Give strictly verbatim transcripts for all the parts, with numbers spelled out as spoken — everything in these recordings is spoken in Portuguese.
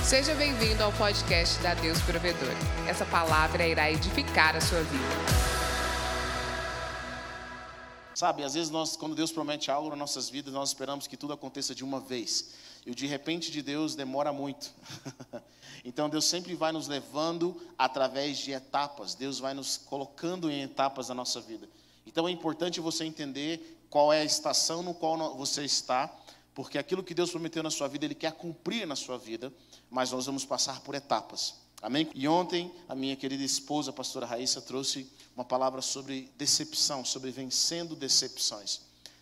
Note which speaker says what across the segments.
Speaker 1: Seja bem-vindo ao podcast da Deus Provedor. Essa palavra irá edificar a sua vida.
Speaker 2: Sabe, às vezes nós, quando Deus promete algo nas nossas vidas, nós esperamos que tudo aconteça de uma vez. E o de repente de Deus demora muito. Então Deus sempre vai nos levando através de etapas. Deus vai nos colocando em etapas da nossa vida. Então é importante você entender qual é a estação no qual você está, porque aquilo que Deus prometeu na sua vida, Ele quer cumprir na sua vida, mas nós vamos passar por etapas. Amém? E ontem, a minha querida esposa, a pastora Raíssa, trouxe uma palavra sobre decepção, sobre vencendo decepções.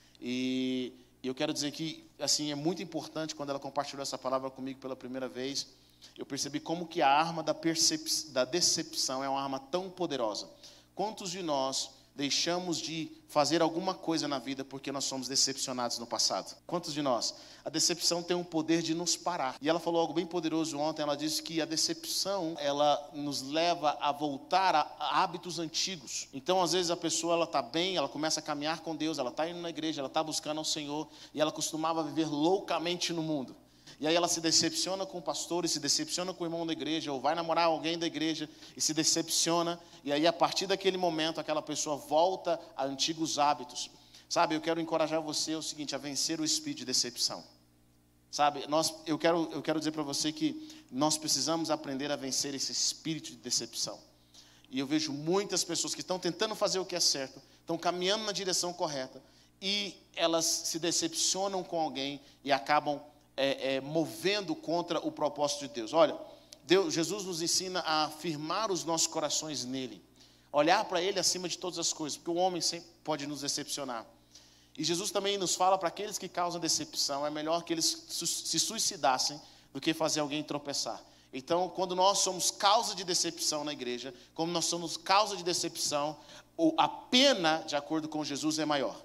Speaker 2: E eu quero dizer que, assim, é muito importante, quando ela compartilhou essa palavra comigo pela primeira vez, eu percebi como que a arma da, percep- da decepção é uma arma tão poderosa. Quantos de nós deixamos de fazer alguma coisa na vida porque nós somos decepcionados no passado? Quantos de nós? A decepção tem um poder de nos parar. E ela falou algo bem poderoso ontem. Ela disse que a decepção, ela nos leva a voltar a, a hábitos antigos. Então, às vezes, a pessoa, ela está bem, ela começa a caminhar com Deus, ela está indo na igreja, ela está buscando ao Senhor, e ela costumava viver loucamente no mundo. E aí ela se decepciona com o pastor, e se decepciona com o irmão da igreja, ou vai namorar alguém da igreja e se decepciona. E aí, a partir daquele momento, aquela pessoa volta a antigos hábitos. Sabe, eu quero encorajar você é o seguinte, a vencer o espírito de decepção. Sabe, nós, eu, quero, eu quero dizer para você que nós precisamos aprender a vencer esse espírito de decepção. E eu vejo muitas pessoas que estão tentando fazer o que é certo, estão caminhando na direção correta, e elas se decepcionam com alguém e acabam É, é, movendo contra o propósito de Deus. Olha, Deus, Jesus nos ensina a firmar os nossos corações nele, olhar para ele acima de todas as coisas, porque o homem sempre pode nos decepcionar. E Jesus também nos fala para aqueles que causam decepção, é melhor que eles se suicidassem do que fazer alguém tropeçar. Então, quando nós somos causa de decepção na igreja, como nós somos causa de decepção, a pena, de acordo com Jesus, é maior.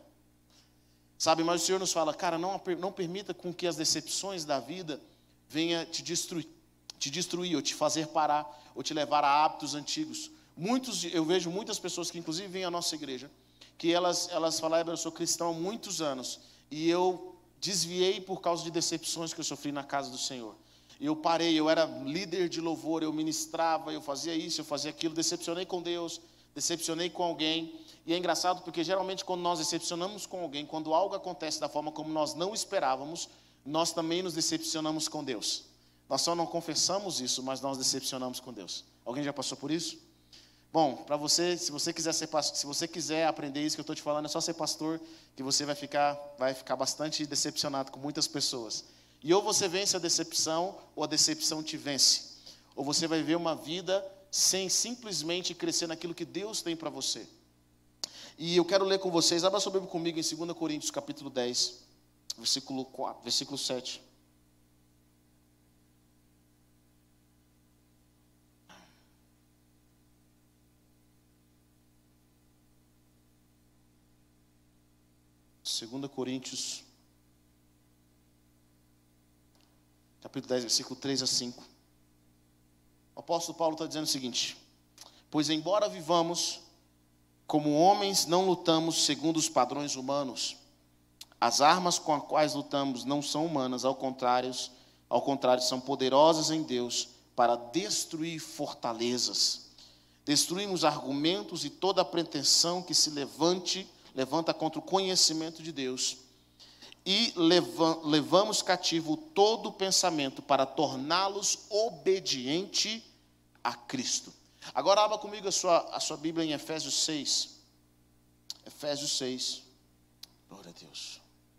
Speaker 2: Sabe, mas o Senhor nos fala, cara, não, não permita com que as decepções da vida venham te destruir, te destruir, ou te fazer parar, ou te levar a hábitos antigos. Muitos, eu vejo muitas pessoas que inclusive vêm à nossa igreja, que elas, elas falaram, eu sou cristão há muitos anos, e eu desviei por causa de decepções que eu sofri na casa do Senhor. E eu parei, eu era líder de louvor, eu ministrava, eu fazia isso, eu fazia aquilo, decepcionei com Deus, decepcionei com alguém. E é engraçado porque geralmente quando nós decepcionamos com alguém, quando algo acontece da forma como nós não esperávamos, nós também nos decepcionamos com Deus. Nós só não confessamos isso, mas nós decepcionamos com Deus. Alguém já passou por isso? Bom, para você, se você quiser ser pastor, se você quiser aprender isso que eu estou te falando, é só ser pastor, que você vai ficar, vai ficar bastante decepcionado com muitas pessoas. E ou você vence a decepção, ou a decepção te vence. Ou você vai ver uma vida sem simplesmente crescer naquilo que Deus tem para você. E eu quero ler com vocês, abra sua Bíblia comigo em dois Coríntios capítulo dez, versículo quatro, versículo sete. dois Coríntios, capítulo dez, versículo três a cinco. O apóstolo Paulo está dizendo o seguinte: pois embora vivamos como homens, não lutamos segundo os padrões humanos. As armas com as quais lutamos não são humanas, ao contrário, ao contrário, são poderosas em Deus para destruir fortalezas. Destruímos argumentos e toda a pretensão que se levante, levanta contra o conhecimento de Deus. E levamos cativo todo pensamento para torná-los obediente a Cristo. Agora abra comigo a sua, a sua Bíblia em Efésios seis. Efésios seis. Glória a Deus.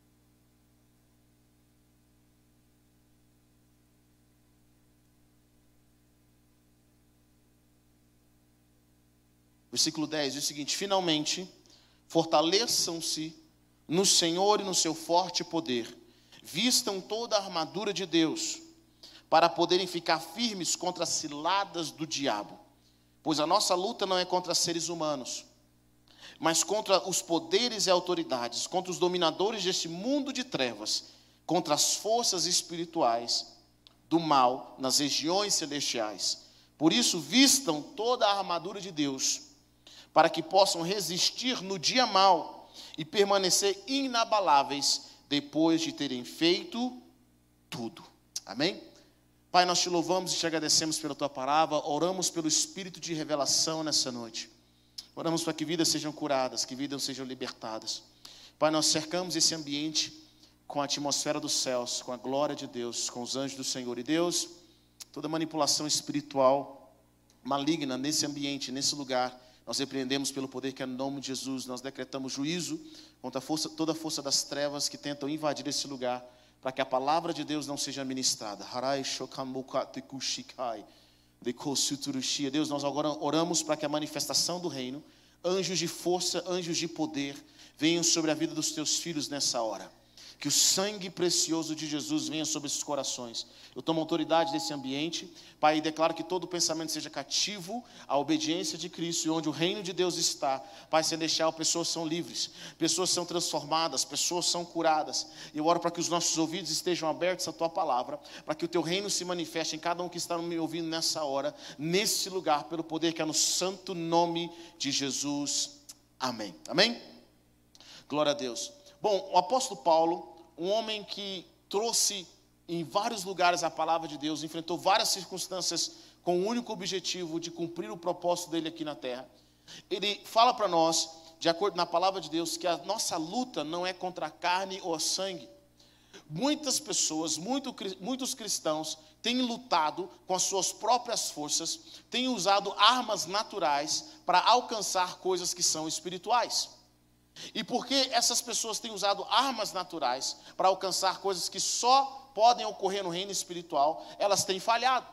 Speaker 2: Versículo dez diz o seguinte: finalmente, fortaleçam-se no Senhor e no seu forte poder. Vistam toda a armadura de Deus, para poderem ficar firmes contra as ciladas do diabo. Pois a nossa luta não é contra seres humanos, mas contra os poderes e autoridades, contra os dominadores deste mundo de trevas, contra as forças espirituais do mal nas regiões celestiais. Por isso, vistam toda a armadura de Deus, para que possam resistir no dia mau e permanecer inabaláveis depois de terem feito tudo. Amém? Pai, nós te louvamos e te agradecemos pela tua palavra, oramos pelo espírito de revelação nessa noite. Oramos para que vidas sejam curadas, que vidas sejam libertadas. Pai, nós cercamos esse ambiente com a atmosfera dos céus, com a glória de Deus, com os anjos do Senhor. E Deus, toda manipulação espiritual maligna nesse ambiente, nesse lugar, nós repreendemos pelo poder que é no nome de Jesus. Nós decretamos juízo contra a força, toda a força das trevas que tentam invadir esse lugar, para que a palavra de Deus não seja ministrada. Deus, nós agora oramos para que a manifestação do reino, anjos de força, anjos de poder, venham sobre a vida dos teus filhos nessa hora. Que o sangue precioso de Jesus venha sobre esses corações. Eu tomo autoridade desse ambiente, Pai, e declaro que todo pensamento seja cativo à obediência de Cristo, e onde o reino de Deus está, Pai celestial, pessoas são livres, pessoas são transformadas, pessoas são curadas. E eu oro para que os nossos ouvidos estejam abertos à tua palavra, para que o teu reino se manifeste em cada um que está me ouvindo nessa hora, nesse lugar, pelo poder que é no santo nome de Jesus. Amém. Amém? Glória a Deus. Bom, o apóstolo Paulo, um homem que trouxe em vários lugares a palavra de Deus, enfrentou várias circunstâncias com o único objetivo de cumprir o propósito dele aqui na terra. Ele fala para nós, de acordo na palavra de Deus, que a nossa luta não é contra a carne ou a sangue. Muitas pessoas, muito, muitos cristãos têm lutado com as suas próprias forças, têm usado armas naturais para alcançar coisas que são espirituais. E porque essas pessoas têm usado armas naturais para alcançar coisas que só podem ocorrer no reino espiritual, elas têm falhado.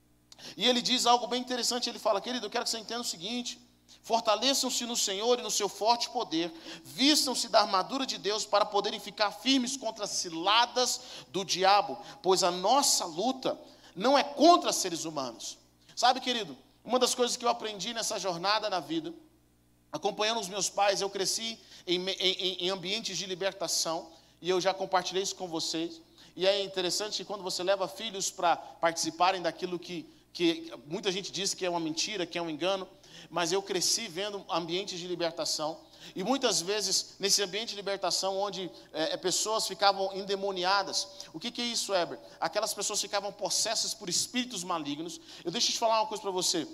Speaker 2: E ele diz algo bem interessante, ele fala: querido, eu quero que você entenda o seguinte: fortaleçam-se no Senhor e no seu forte poder, vistam-se da armadura de Deus para poderem ficar firmes contra as ciladas do diabo, pois a nossa luta não é contra seres humanos. Sabe, querido, uma das coisas que eu aprendi nessa jornada na vida, acompanhando os meus pais, eu cresci em, em, em ambientes de libertação, e eu já compartilhei isso com vocês. E é interessante que quando você leva filhos para participarem daquilo que, que muita gente diz que é uma mentira, que é um engano, mas eu cresci vendo ambientes de libertação, e muitas vezes nesse ambiente de libertação onde é, pessoas ficavam endemoniadas. O que, que é isso, Heber? Aquelas pessoas ficavam possessas por espíritos malignos. Eu deixo te falar uma coisa para você: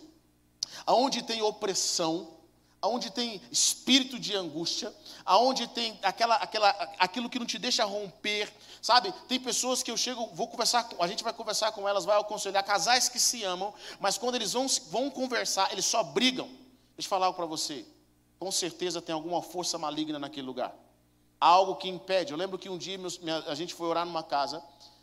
Speaker 2: aonde tem opressão, aonde tem espírito de angústia, aonde tem aquela, aquela, aquilo que não te deixa romper, sabe? Tem pessoas que eu chego, vou conversar, a gente vai conversar com elas, vai aconselhar casais que se amam, mas quando eles vão, vão conversar, eles só brigam. Deixa eu falar algo para você, com certeza tem alguma força maligna naquele lugar, algo que impede. Eu lembro que um dia meus, minha, a gente foi orar numa casa,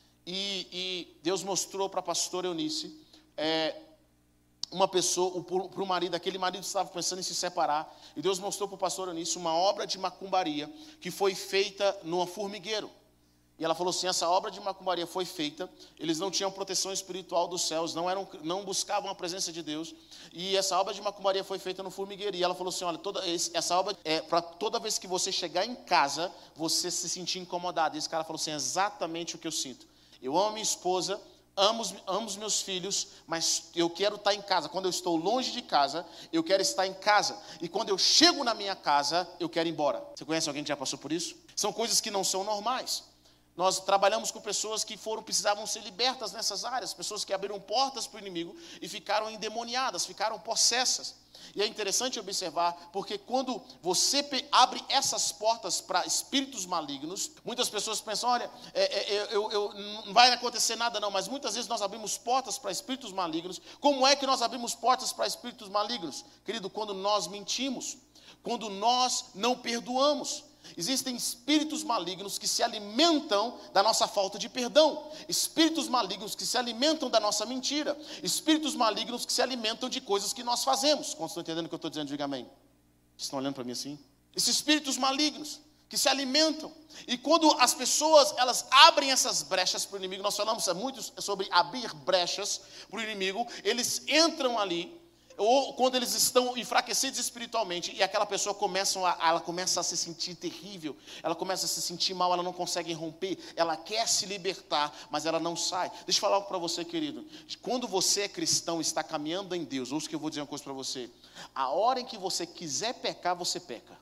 Speaker 2: e, e Deus mostrou para a pastora Eunice, é, uma pessoa, para o marido, aquele marido estava pensando em se separar, e Deus mostrou para o pastor Eunice uma obra de macumbaria que foi feita num formigueiro. E ela falou assim: essa obra de macumbaria foi feita, eles não tinham proteção espiritual dos céus, não, eram, não buscavam a presença de Deus, e essa obra de macumbaria foi feita no formigueiro. E ela falou assim: olha, toda, essa obra é para toda vez que você chegar em casa, você se sentir incomodado. E esse cara falou assim: é exatamente o que eu sinto. Eu amo minha esposa, Amo, amo os meus filhos, mas eu quero estar em casa. Quando eu estou longe de casa, eu quero estar em casa. E quando eu chego na minha casa, eu quero ir embora. Você conhece alguém que já passou por isso? São coisas que não são normais. Nós trabalhamos com pessoas que foram, precisavam ser libertas nessas áreas. Pessoas que abriram portas para o inimigo e ficaram endemoniadas, ficaram possessas. E é interessante observar, porque quando você abre essas portas para espíritos malignos, muitas pessoas pensam: olha, é, é, eu, eu, não vai acontecer nada não, mas muitas vezes nós abrimos portas para espíritos malignos. Como é que nós abrimos portas para espíritos malignos? Querido, quando nós mentimos, quando nós não perdoamos. Existem espíritos malignos que se alimentam da nossa falta de perdão, espíritos malignos que se alimentam da nossa mentira, espíritos malignos que se alimentam de coisas que nós fazemos. Quando estão entendendo o que eu estou dizendo, diga amém. Vocês estão olhando para mim assim? Esses espíritos malignos que se alimentam, e quando as pessoas elas abrem essas brechas para o inimigo, nós falamos muito sobre abrir brechas para o inimigo, eles entram ali, ou quando eles estão enfraquecidos espiritualmente, e aquela pessoa começa a, ela começa a se sentir terrível, ela começa a se sentir mal, ela não consegue romper, ela quer se libertar, mas ela não sai. Deixa eu falar algo para você, querido. Quando você é cristão, está caminhando em Deus, ouça que eu vou dizer uma coisa para você: a hora em que você quiser pecar, você peca.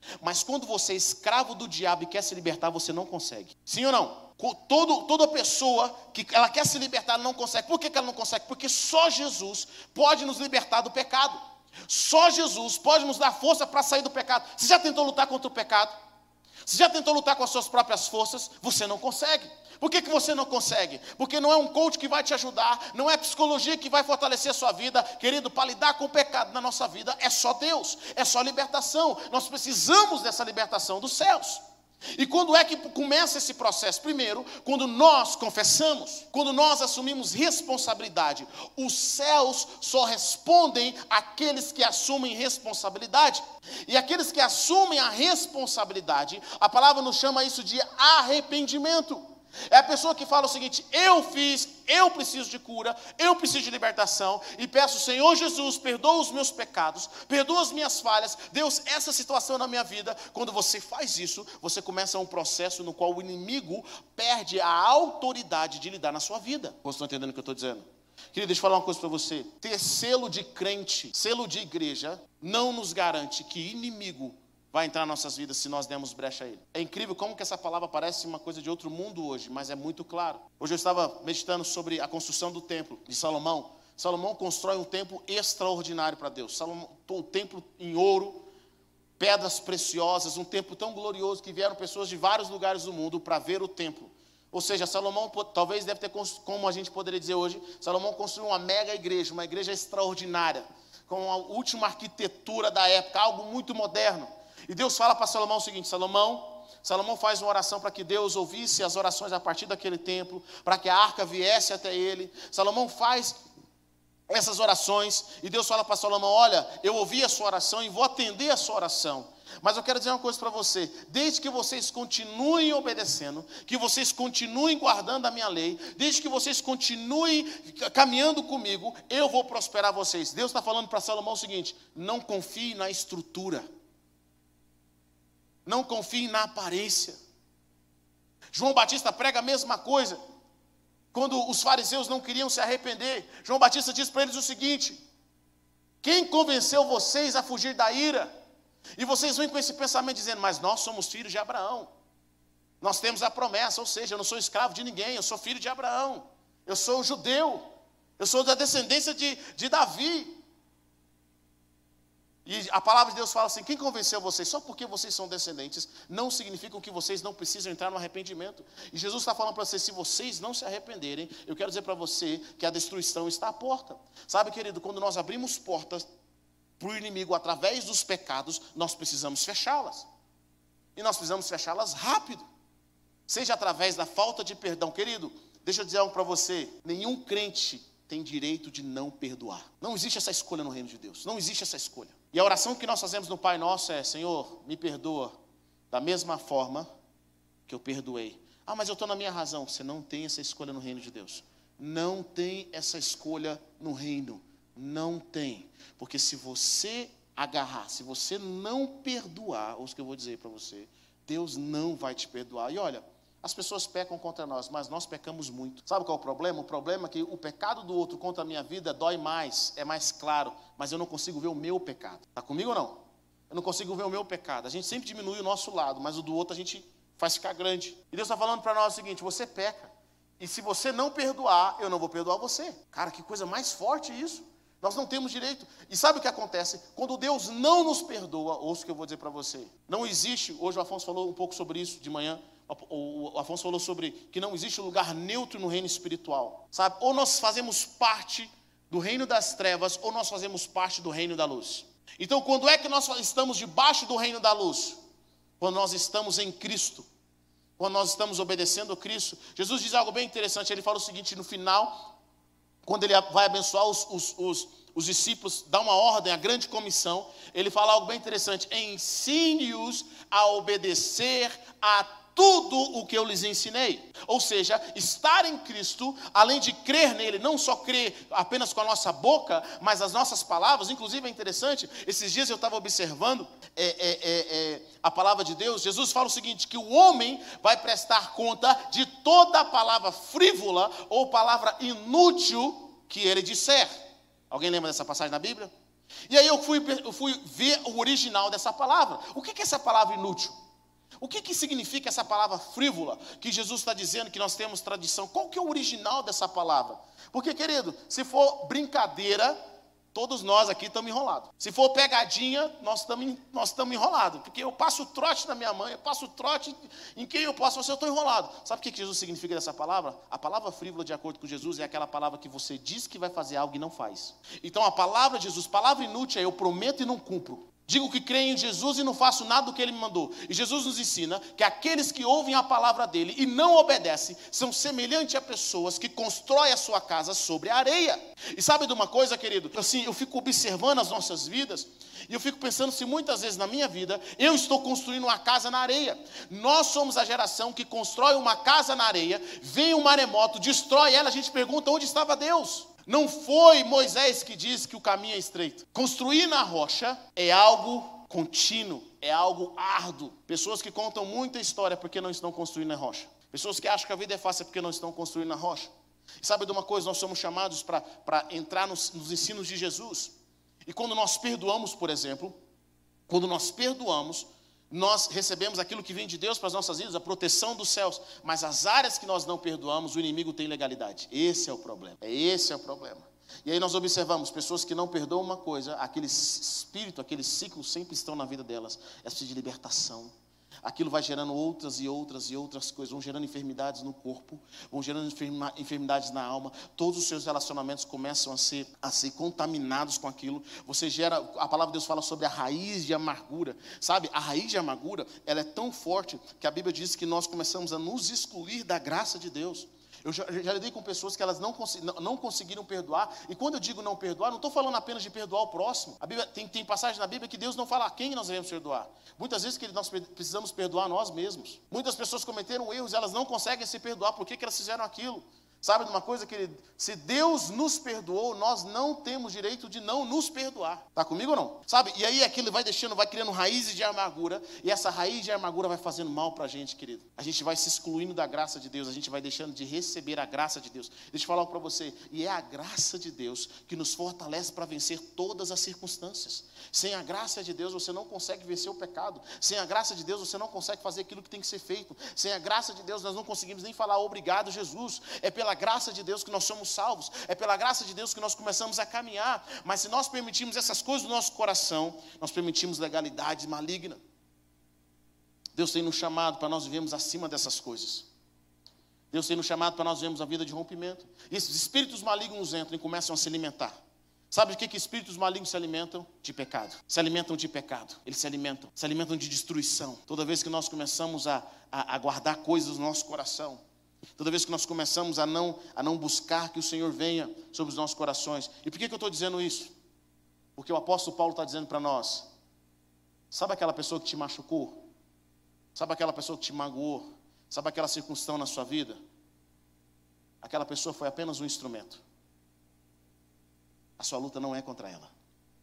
Speaker 2: Mas quando você é escravo do diabo e quer se libertar, você não consegue. Sim ou não? Todo, toda pessoa que ela quer se libertar, ela não consegue. Por que, que ela não consegue? Porque só Jesus pode nos libertar do pecado. Só Jesus pode nos dar força para sair do pecado. Você já tentou lutar contra o pecado? Você já tentou lutar com as suas próprias forças? Você não consegue. Por que, que você não consegue? Porque não é um coach que vai te ajudar, não é psicologia que vai fortalecer a sua vida. Querido, para lidar com o pecado na nossa vida, é só Deus, é só libertação. Nós precisamos dessa libertação dos céus. E quando é que começa esse processo? Primeiro, quando nós confessamos, quando nós assumimos responsabilidade. Os céus só respondem àqueles que assumem responsabilidade. E aqueles que assumem a responsabilidade, a palavra nos chama isso de arrependimento. É a pessoa que fala o seguinte: eu fiz, eu preciso de cura, eu preciso de libertação, e peço, Senhor Jesus, perdoa os meus pecados, perdoa as minhas falhas. Deus, essa situação na minha vida. Quando você faz isso, você começa um processo no qual o inimigo perde a autoridade de lidar na sua vida. Vocês estão entendendo o que eu estou dizendo? Querido, deixa eu falar uma coisa para você. Ter selo de crente, selo de igreja, não nos garante que inimigo vai entrar nas nossas vidas se nós demos brecha a ele. É incrível como que essa palavra parece uma coisa de outro mundo hoje, mas é muito claro. Hoje eu estava meditando sobre a construção do templo de Salomão. Salomão constrói um templo extraordinário para Deus. Salomão, o templo em ouro, pedras preciosas, um templo tão glorioso que vieram pessoas de vários lugares do mundo para ver o templo. Ou seja, Salomão talvez deve ter, como a gente poderia dizer hoje, Salomão construiu uma mega igreja, uma igreja extraordinária, com a última arquitetura da época, algo muito moderno. E Deus fala para Salomão o seguinte: Salomão, Salomão faz uma oração para que Deus ouvisse as orações a partir daquele templo, para que a arca viesse até ele. Salomão faz essas orações, e Deus fala para Salomão: olha, eu ouvi a sua oração e vou atender a sua oração. Mas eu quero dizer uma coisa para você: desde que vocês continuem obedecendo, que vocês continuem guardando a minha lei, desde que vocês continuem caminhando comigo, eu vou prosperar vocês. Deus está falando para Salomão o seguinte: não confie na estrutura, não confie na aparência. João Batista prega a mesma coisa. Quando os fariseus não queriam se arrepender, João Batista diz para eles o seguinte: quem convenceu vocês a fugir da ira? E vocês vêm com esse pensamento dizendo: mas nós somos filhos de Abraão, nós temos a promessa, ou seja, eu não sou escravo de ninguém, eu sou filho de Abraão, eu sou judeu, eu sou da descendência de, de Davi. E a palavra de Deus fala assim: quem convenceu vocês? Só porque vocês são descendentes, não significa que vocês não precisam entrar no arrependimento. E Jesus está falando para vocês: se vocês não se arrependerem, eu quero dizer para você que a destruição está à porta. Sabe, querido, quando nós abrimos portas para o inimigo através dos pecados, nós precisamos fechá-las. E nós precisamos fechá-las rápido. Seja através da falta de perdão. Querido, deixa eu dizer algo para você: nenhum crente tem direito de não perdoar. Não existe essa escolha no reino de Deus. Não existe essa escolha. E a oração que nós fazemos no Pai Nosso é: Senhor, me perdoa da mesma forma que eu perdoei. Ah, mas eu estou na minha razão. Você não tem essa escolha no reino de Deus. Não tem essa escolha no reino. Não tem. Porque se você agarrar, se você não perdoar, ou o que eu vou dizer para você, Deus não vai te perdoar. E olha, as pessoas pecam contra nós, mas nós pecamos muito. Sabe qual é o problema? O problema é que o pecado do outro contra a minha vida dói mais, é mais claro, mas eu não consigo ver o meu pecado. Está comigo ou não? Eu não consigo ver o meu pecado. A gente sempre diminui o nosso lado, mas o do outro a gente faz ficar grande. E Deus está falando para nós o seguinte: você peca, e se você não perdoar, eu não vou perdoar você. Cara, que coisa mais forte isso. Nós não temos direito. E sabe o que acontece? Quando Deus não nos perdoa, ouça o que eu vou dizer para você. Não existe, hoje o Afonso falou um pouco sobre isso de manhã, o Afonso falou sobre que não existe lugar neutro no reino espiritual. Sabe? Ou nós fazemos parte do reino das trevas, ou nós fazemos parte do reino da luz. Então, quando é que nós estamos debaixo do reino da luz? Quando nós estamos em Cristo. Quando nós estamos obedecendo a Cristo. Jesus diz algo bem interessante. Ele fala o seguinte no final, quando ele vai abençoar os, os, os, os discípulos, dá uma ordem, a grande comissão, ele fala algo bem interessante: ensine-os a obedecer a tudo o que eu lhes ensinei. Ou seja, estar em Cristo, além de crer nele, não só crer apenas com a nossa boca, mas as nossas palavras. Inclusive é interessante, esses dias eu estava observando é, é, é, é, a palavra de Deus. Jesus fala o seguinte: que o homem vai prestar conta de toda palavra frívola ou palavra inútil que ele disser. Alguém lembra dessa passagem na Bíblia? E aí eu fui, eu fui ver o original dessa palavra. O que é essa palavra inútil? O que, que significa essa palavra frívola, que Jesus está dizendo que nós temos tradição? Qual que é o original dessa palavra? Porque, querido, se for brincadeira, todos nós aqui estamos enrolados. Se for pegadinha, nós estamos nós estamos enrolados. Porque eu passo trote na minha mãe, eu passo trote em quem eu posso, eu estou enrolado. Sabe o que, que Jesus significa dessa palavra? A palavra frívola, de acordo com Jesus, é aquela palavra que você diz que vai fazer algo e não faz. Então a palavra de Jesus, palavra inútil é eu prometo e não cumpro. Digo que creio em Jesus e não faço nada do que Ele me mandou. E Jesus nos ensina que aqueles que ouvem a palavra dEle e não obedecem são semelhantes a pessoas que constroem a sua casa sobre a areia. E sabe de uma coisa, querido? Assim, eu fico observando as nossas vidas e eu fico pensando se muitas vezes na minha vida eu estou construindo uma casa na areia. Nós somos a geração que constrói uma casa na areia, vem um maremoto, destrói ela, a gente pergunta onde estava Deus. Não foi Moisés que disse que o caminho é estreito. Construir na rocha é algo contínuo, é algo árduo. Pessoas que contam muita história porque não estão construindo na rocha. Pessoas que acham que a vida é fácil porque não estão construindo na rocha. E sabe de uma coisa? Nós somos chamados para entrar nos, nos ensinos de Jesus. E quando nós perdoamos, por exemplo, quando nós perdoamos, nós recebemos aquilo que vem de Deus para as nossas vidas, a proteção dos céus. Mas as áreas que nós não perdoamos, o inimigo tem legalidade. Esse é o problema. É esse é o problema. E aí nós observamos pessoas que não perdoam uma coisa, aquele espírito, aquele ciclo sempre estão na vida delas. É preciso de libertação. Aquilo vai gerando outras e outras e outras coisas, vão gerando enfermidades no corpo, vão gerando enferma, enfermidades na alma, todos os seus relacionamentos começam a ser, a ser contaminados com aquilo. Você gera, a palavra de Deus fala sobre a raiz de amargura, sabe? A raiz de amargura, ela é tão forte que a Bíblia diz que nós começamos a nos excluir da graça de Deus. Eu já, já lidei com pessoas que elas não, não, não conseguiram perdoar. E quando eu digo não perdoar, não estou falando apenas de perdoar o próximo. A Bíblia, tem, tem passagem na Bíblia que Deus não fala a quem nós devemos perdoar. Muitas vezes que nós precisamos perdoar nós mesmos. Muitas pessoas cometeram erros e elas não conseguem se perdoar. Por que, que elas fizeram aquilo? Sabe de uma coisa, querido? Se Deus nos perdoou, nós não temos direito de não nos perdoar. Está comigo ou não? Sabe? E aí aquilo vai deixando, vai criando raízes de amargura. E essa raiz de amargura vai fazendo mal para a gente, querido. A gente vai se excluindo da graça de Deus. A gente vai deixando de receber a graça de Deus. Deixa eu falar para você. E é a graça de Deus que nos fortalece para vencer todas as circunstâncias. Sem a graça de Deus, você não consegue vencer o pecado. Sem a graça de Deus, você não consegue fazer aquilo que tem que ser feito. Sem a graça de Deus, nós não conseguimos nem falar obrigado, Jesus. É pela graça de Deus que nós somos salvos, é pela graça de Deus que nós começamos a caminhar. Mas se nós permitirmos essas coisas no nosso coração, nós permitimos legalidade maligna. Deus tem nos chamado para nós vivermos acima dessas coisas. Deus tem nos chamado para nós vivermos a vida de rompimento. E esses espíritos malignos entram e começam a se alimentar. Sabe de que, que espíritos malignos se alimentam? De pecado. Se alimentam de pecado. Eles se alimentam. Se alimentam de destruição. Toda vez que nós começamos a, a, a guardar coisas no nosso coração, toda vez que nós começamos a não, a não buscar que o Senhor venha sobre os nossos corações. E por que, que eu estou dizendo isso? Porque o apóstolo Paulo está dizendo para nós, sabe aquela pessoa que te machucou? Sabe aquela pessoa que te magoou? Sabe aquela circunstância na sua vida? Aquela pessoa foi apenas um instrumento. A sua luta não é contra ela.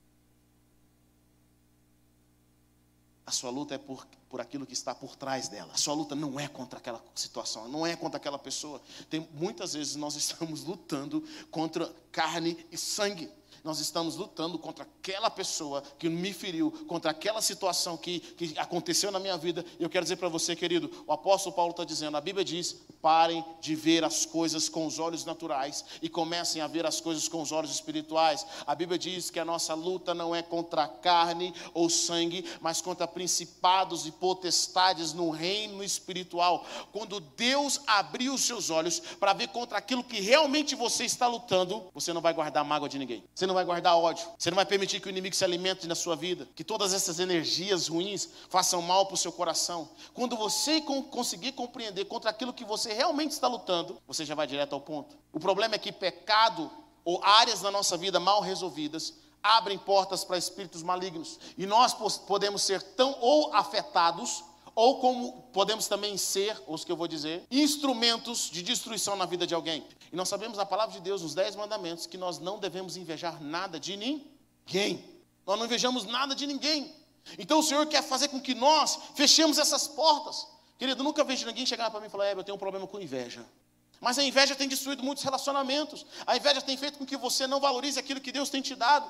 Speaker 2: A sua luta é por, por aquilo que está por trás dela. A sua luta não é contra aquela situação, não é contra aquela pessoa. Tem, muitas vezes nós estamos lutando contra carne e sangue. Nós estamos lutando contra aquela pessoa que me feriu, contra aquela situação que, que aconteceu na minha vida. E eu quero dizer para você, querido, o apóstolo Paulo está dizendo, a Bíblia diz, parem de ver as coisas com os olhos naturais e comecem a ver as coisas com os olhos espirituais. A Bíblia diz que a nossa luta não é contra carne ou sangue, mas contra principados e potestades no reino espiritual. Quando Deus abriu os seus olhos para ver contra aquilo que realmente você está lutando, você não vai guardar mágoa de ninguém. Você não vai guardar ódio. Você não vai permitir que o inimigo se alimente na sua vida. Que todas essas energias ruins façam mal para o seu coração. Quando você conseguir compreender contra aquilo que você realmente está lutando, você já vai direto ao ponto. O problema é que pecado ou áreas da nossa vida mal resolvidas abrem portas para espíritos malignos. E nós podemos ser tão ou afetados, ou como podemos também ser, os que eu vou dizer, instrumentos de destruição na vida de alguém. E nós sabemos na palavra de Deus, nos dez mandamentos, que nós não devemos invejar nada de ninguém. Nós não invejamos nada de ninguém. Então o Senhor quer fazer com que nós fechemos essas portas. Querido, eu nunca vejo ninguém chegar para mim e falar, é, eu tenho um problema com inveja. Mas a inveja tem destruído muitos relacionamentos. A inveja tem feito com que você não valorize aquilo que Deus tem te dado.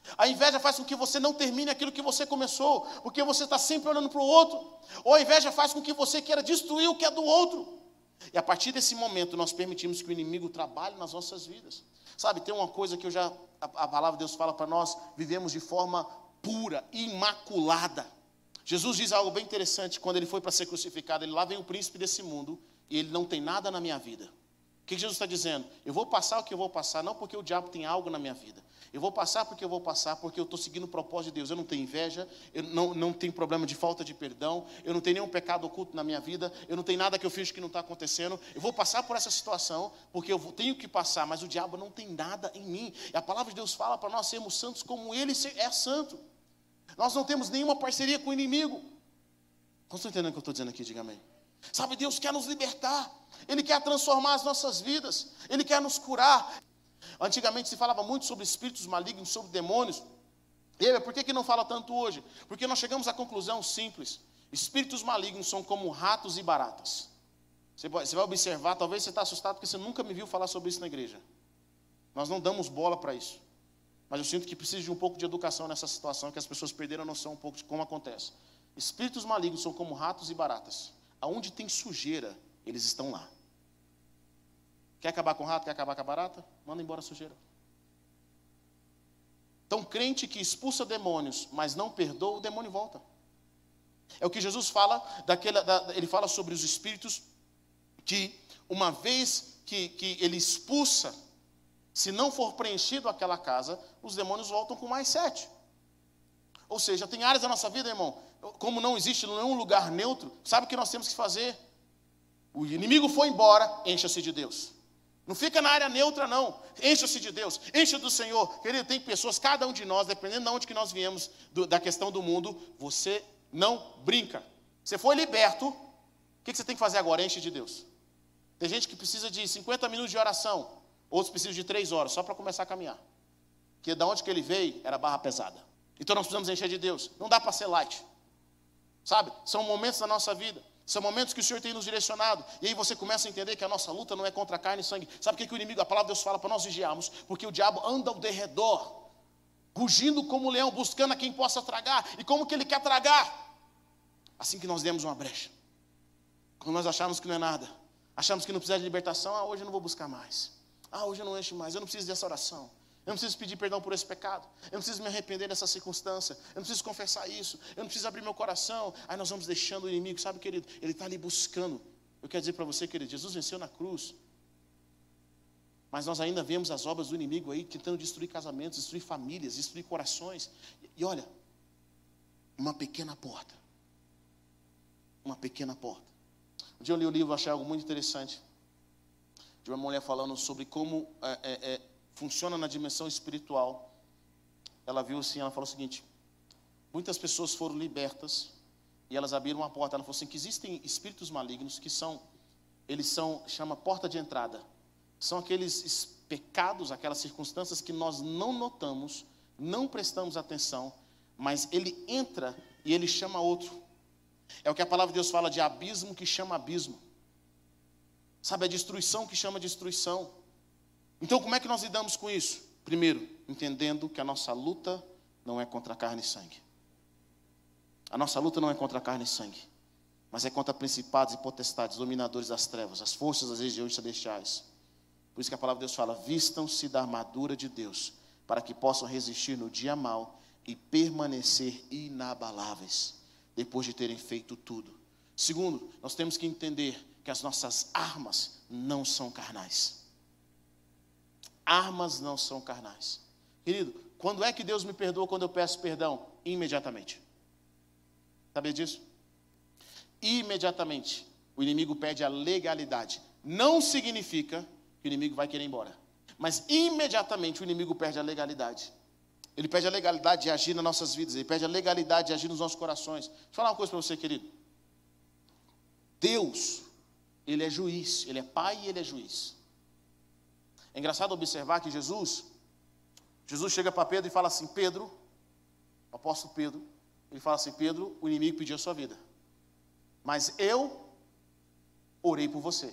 Speaker 2: A inveja faz com que você não termine aquilo que você começou, porque você está sempre olhando para o outro. Ou a inveja faz com que você queira destruir o que é do outro. E a partir desse momento nós permitimos que o inimigo trabalhe nas nossas vidas. Sabe, tem uma coisa que eu já, a, a palavra de Deus fala para nós, vivemos de forma pura, imaculada. Jesus diz algo bem interessante, quando ele foi para ser crucificado, ele lá vem o príncipe desse mundo, e ele não tem nada na minha vida. O que Jesus está dizendo? Eu vou passar o que eu vou passar, não porque o diabo tem algo na minha vida. Eu vou passar porque eu vou passar, porque eu estou seguindo o propósito de Deus. Eu não tenho inveja, eu não, não tenho problema de falta de perdão, eu não tenho nenhum pecado oculto na minha vida, eu não tenho nada que eu fiz que não está acontecendo. Eu vou passar por essa situação, porque eu tenho que passar, mas o diabo não tem nada em mim. E a palavra de Deus fala para nós sermos santos como Ele é santo. Nós não temos nenhuma parceria com o inimigo. Vocês estão entendendo o que eu estou dizendo aqui? Diga amém. Sabe, Deus quer nos libertar, Ele quer transformar as nossas vidas, Ele quer nos curar. Antigamente se falava muito sobre espíritos malignos, sobre demônios. E aí, por que, que não fala tanto hoje? Porque nós chegamos à conclusão simples: espíritos malignos são como ratos e baratas. Você vai, você vai observar, talvez você está assustado porque você nunca me viu falar sobre isso na igreja. Nós não damos bola para isso. Mas eu sinto que precisa de um pouco de educação nessa situação, que as pessoas perderam a noção um pouco de como acontece. Espíritos malignos são como ratos e baratas. Aonde tem sujeira, eles estão lá. Quer acabar com o rato, quer acabar com a barata? Manda embora a sujeira. Então, crente que expulsa demônios, mas não perdoa, o demônio volta. É o que Jesus fala, daquela, da, ele fala sobre os espíritos, que uma vez que, que ele expulsa, se não for preenchido aquela casa, os demônios voltam com mais sete. Ou seja, tem áreas da nossa vida, irmão, como não existe nenhum lugar neutro, sabe o que nós temos que fazer? O inimigo foi embora, encha-se de Deus. Não fica na área neutra, não. Encha-se de Deus, encha do Senhor. Querido, tem pessoas, cada um de nós, dependendo de onde que nós viemos, do, da questão do mundo, você não brinca. Você foi liberto, o que, que você tem que fazer agora? Enche de Deus. Tem gente que precisa de cinquenta minutos de oração, outros precisam de três horas, só para começar a caminhar. Porque da onde que ele veio, era barra pesada. Então nós precisamos encher de Deus. Não dá para ser light. Sabe? São momentos da nossa vida. São momentos que o Senhor tem nos direcionado. E aí você começa a entender que a nossa luta não é contra carne e sangue. Sabe o que, que o inimigo, a palavra de Deus fala para nós vigiarmos? Porque o diabo anda ao derredor, rugindo como um leão, buscando a quem possa tragar. E como que ele quer tragar? Assim que nós demos uma brecha. Quando nós achamos que não é nada. Achamos que não precisa de libertação. Ah, hoje eu não vou buscar mais. Ah, hoje eu não encho mais. Eu não preciso dessa oração. Eu não preciso pedir perdão por esse pecado. Eu não preciso me arrepender dessa circunstância. Eu não preciso confessar isso. Eu não preciso abrir meu coração. Aí nós vamos deixando o inimigo. Sabe, querido? Ele está ali buscando. Eu quero dizer para você, querido, Jesus venceu na cruz. Mas nós ainda vemos as obras do inimigo aí, tentando destruir casamentos, destruir famílias, destruir corações. E olha, uma pequena porta. Uma pequena porta. Um dia eu li o livro, achei algo muito interessante. De uma mulher falando sobre como... É, é, é, funciona na dimensão espiritual. Ela viu assim, ela falou o seguinte: muitas pessoas foram libertas e elas abriram uma porta. Ela falou assim, que existem espíritos malignos que são, eles são, chama porta de entrada. São aqueles pecados, aquelas circunstâncias que nós não notamos, não prestamos atenção, mas ele entra e ele chama outro. É o que a palavra de Deus fala de abismo que chama abismo. Sabe, a destruição que chama destruição. Então, como é que nós lidamos com isso? Primeiro, entendendo que a nossa luta não é contra carne e sangue. A nossa luta não é contra carne e sangue, mas é contra principados e potestades, dominadores das trevas, as forças das regiões celestiais. Por isso que a palavra de Deus fala: vistam-se da armadura de Deus, para que possam resistir no dia mau e permanecer inabaláveis, depois de terem feito tudo. Segundo, nós temos que entender que as nossas armas não são carnais. Armas não são carnais. Querido, quando é que Deus me perdoa quando eu peço perdão? Imediatamente. Sabia disso? Imediatamente. O inimigo pede a legalidade. Não significa que o inimigo vai querer ir embora. Mas imediatamente o inimigo perde a legalidade. Ele pede a legalidade de agir nas nossas vidas. Ele pede a legalidade de agir nos nossos corações. Deixa eu falar uma coisa para você, querido. Deus, Ele é juiz. Ele é pai e Ele é juiz. É engraçado observar que Jesus, Jesus chega para Pedro e fala assim: Pedro, o apóstolo Pedro, ele fala assim: Pedro, o inimigo pediu a sua vida, mas eu orei por você.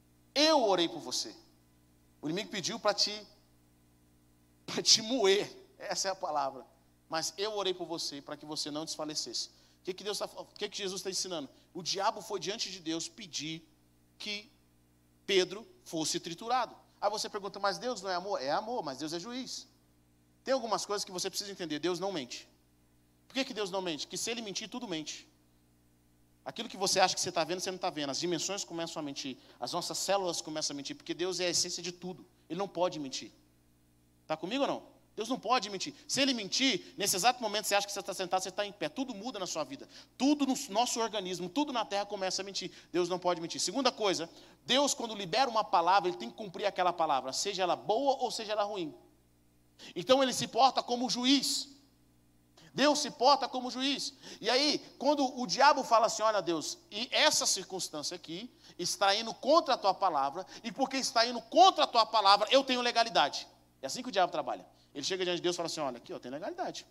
Speaker 2: Eu orei por você. O inimigo pediu para te, para te moer. Essa é a palavra. Mas eu orei por você para que você não desfalecesse. O que, que, Deus tá, o que, que Jesus está ensinando? O diabo foi diante de Deus pedir que Pedro fosse triturado. Aí você pergunta, mas Deus não é amor? É amor, mas Deus é juiz. Tem algumas coisas que você precisa entender. Deus não mente. Por que, que Deus não mente? Que se Ele mentir, tudo mente. Aquilo que você acha que você está vendo, você não está vendo. As dimensões começam a mentir. As nossas células começam a mentir. Porque Deus é a essência de tudo. Ele não pode mentir. Está comigo ou não? Deus não pode mentir. Se Ele mentir, nesse exato momento você acha que você está sentado, você está em pé. Tudo muda na sua vida. Tudo no nosso organismo, tudo na terra começa a mentir. Deus não pode mentir. Segunda coisa, Deus quando libera uma palavra, Ele tem que cumprir aquela palavra. Seja ela boa ou seja ela ruim. Então Ele se porta como juiz. Deus se porta como juiz. E aí, quando o diabo fala assim, olha Deus, e essa circunstância aqui está indo contra a tua palavra, e porque está indo contra a tua palavra, eu tenho legalidade. É assim que o diabo trabalha. Ele chega diante de Deus e fala assim, olha, aqui, ó, tem legalidade.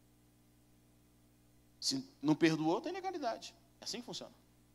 Speaker 2: Se não perdoou, tem legalidade. É assim que funciona.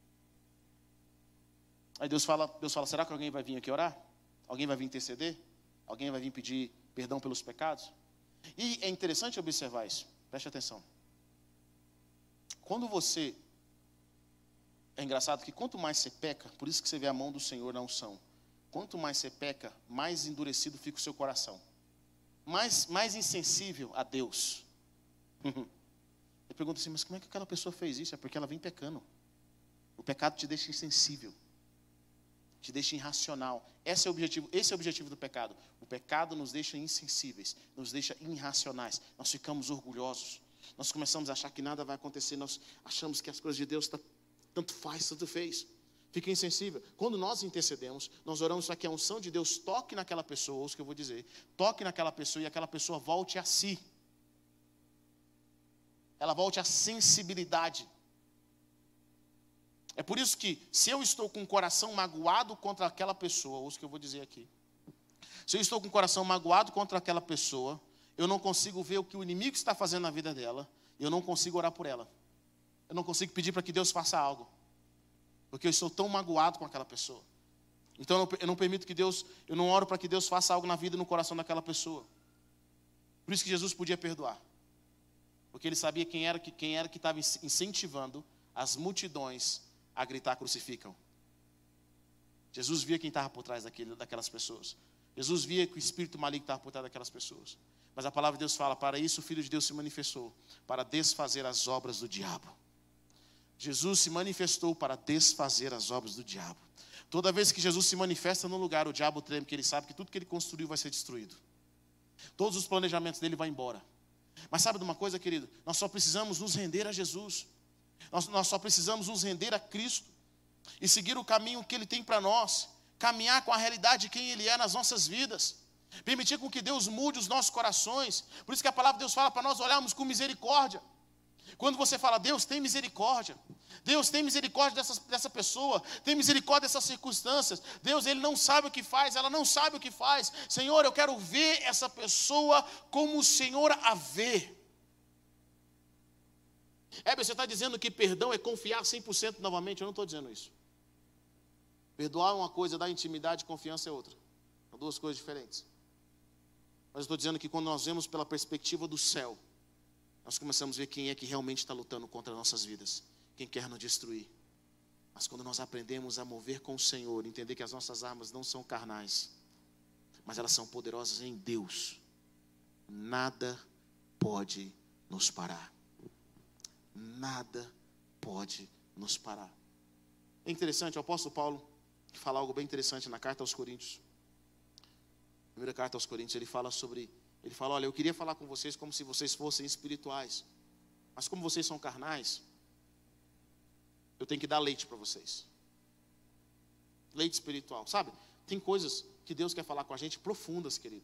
Speaker 2: Aí Deus fala, Deus fala, será que alguém vai vir aqui orar? Alguém vai vir interceder? Alguém vai vir pedir perdão pelos pecados? E é interessante observar isso. Preste atenção. Quando você... É engraçado que quanto mais você peca, por isso que você vê a mão do Senhor na unção. Quanto mais você peca, mais endurecido fica o seu coração. Mais, mais insensível a Deus. Ele pergunta assim, mas como é que aquela pessoa fez isso? É porque ela vem pecando. O pecado te deixa insensível. Te deixa irracional. Esse é o objetivo, esse é o objetivo do pecado. O pecado nos deixa insensíveis, nos deixa irracionais. Nós ficamos orgulhosos. Nós começamos a achar que nada vai acontecer. Nós achamos que as coisas de Deus tá, tanto faz, tanto fez. Fica insensível. Quando nós intercedemos, nós oramos para que a unção de Deus toque naquela pessoa, ouça o que eu vou dizer, toque naquela pessoa e aquela pessoa volte a si. Ela volte à sensibilidade. É por isso que, se eu estou com o coração magoado contra aquela pessoa, ouça o que eu vou dizer aqui. Se eu estou com o coração magoado contra aquela pessoa, eu não consigo ver o que o inimigo está fazendo na vida dela, e eu não consigo orar por ela. Eu não consigo pedir para que Deus faça algo. Porque eu estou tão magoado com aquela pessoa. Então eu não permito que Deus, eu não oro para que Deus faça algo na vida e no coração daquela pessoa. Por isso que Jesus podia perdoar. Porque ele sabia quem era que quem era que estava incentivando as multidões a gritar crucificam. Jesus via quem estava por trás daquele, daquelas pessoas. Jesus via que o espírito maligno estava por trás daquelas pessoas. Mas a palavra de Deus fala, para isso o Filho de Deus se manifestou, para desfazer as obras do diabo. Jesus se manifestou para desfazer as obras do diabo. Toda vez que Jesus se manifesta no lugar, o diabo treme, porque ele sabe que tudo que ele construiu vai ser destruído. Todos os planejamentos dele vão embora. Mas sabe de uma coisa, querido? Nós só precisamos nos render a Jesus. Nós, nós só precisamos nos render a Cristo. E seguir o caminho que Ele tem para nós. Caminhar com a realidade de quem Ele é nas nossas vidas. Permitir com que Deus mude os nossos corações. Por isso que a palavra de Deus fala para nós olharmos com misericórdia. Quando você fala, Deus tem misericórdia. Deus tem misericórdia dessa, dessa pessoa. Tem misericórdia dessas circunstâncias. Deus, Ele não sabe o que faz, ela não sabe o que faz. Senhor, eu quero ver essa pessoa como o Senhor a vê. Heber, você está dizendo que perdão é confiar cem por cento novamente? Eu não estou dizendo isso. Perdoar é uma coisa, dar intimidade e confiança é outra. São duas coisas diferentes. Mas eu estou dizendo que quando nós vemos pela perspectiva do céu, nós começamos a ver quem é que realmente está lutando contra as nossas vidas. Quem quer nos destruir. Mas quando nós aprendemos a mover com o Senhor, entender que as nossas armas não são carnais, mas elas são poderosas em Deus, nada pode nos parar. Nada pode nos parar. É interessante, o apóstolo Paulo fala algo bem interessante na carta aos Coríntios. Primeira carta aos Coríntios, ele fala sobre, ele fala, olha, eu queria falar com vocês como se vocês fossem espirituais, mas como vocês são carnais, eu tenho que dar leite para vocês. Leite espiritual, sabe? Tem coisas que Deus quer falar com a gente profundas, querido.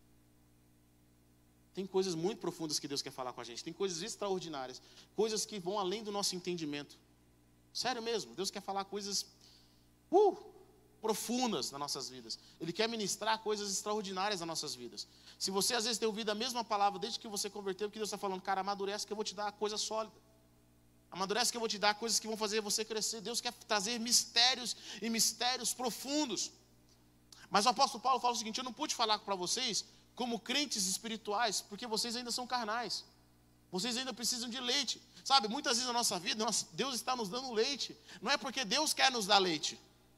Speaker 2: Tem coisas muito profundas que Deus quer falar com a gente. Tem coisas extraordinárias. Coisas que vão além do nosso entendimento. Sério mesmo. Deus quer falar coisas uh, profundas nas nossas vidas. Ele quer ministrar coisas extraordinárias nas nossas vidas. Se você às vezes tem ouvido a mesma palavra desde que você converteu, que Deus está falando, cara, amadurece que eu vou te dar coisa sólida. Amadurece que eu vou te dar coisas que vão fazer você crescer. Deus quer trazer mistérios e mistérios profundos. Mas o apóstolo Paulo fala o seguinte, eu não pude falar para vocês como crentes espirituais, porque vocês ainda são carnais. Vocês ainda precisam de leite. Sabe, muitas vezes na nossa vida, nós, Deus está nos dando leite. Não é porque Deus quer nos dar leite.